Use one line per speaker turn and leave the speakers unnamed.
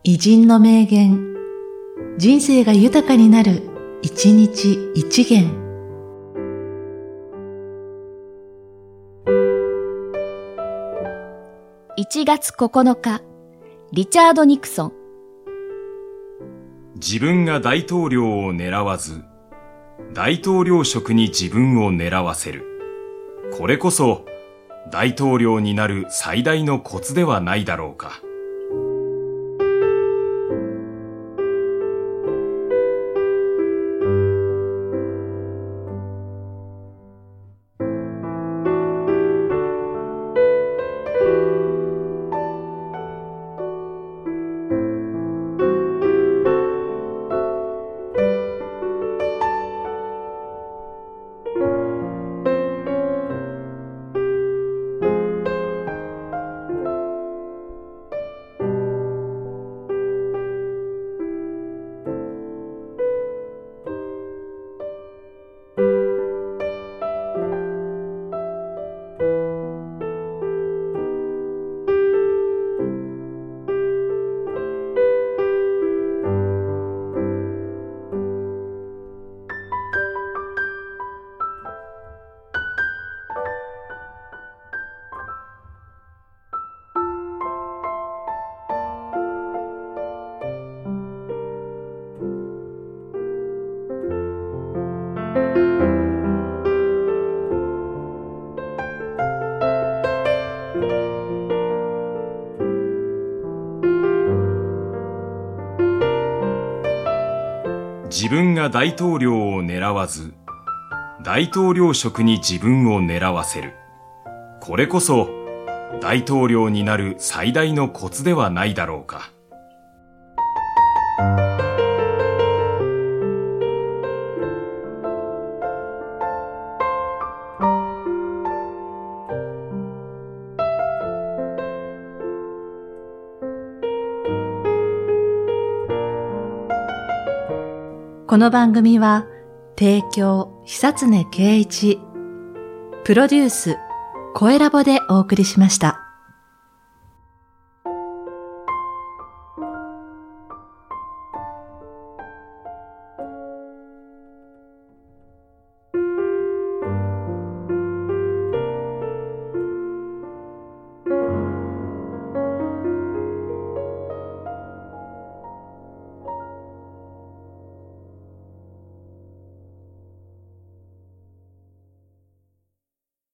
偉人の名言、人生が豊かになる、一日一元。
1月9日、リチャード・ニクソン。
自分が大統領を狙わず、大統領職に自分を狙わせる。これこそ、大統領になる最大のコツではないだろうか。自分が大統領を狙わず、大統領職に自分を狙わせる。これこそ、大統領になる最大のコツではないだろうか。
この番組は、提供、久常圭一、プロデュース、声ラボでお送りしました。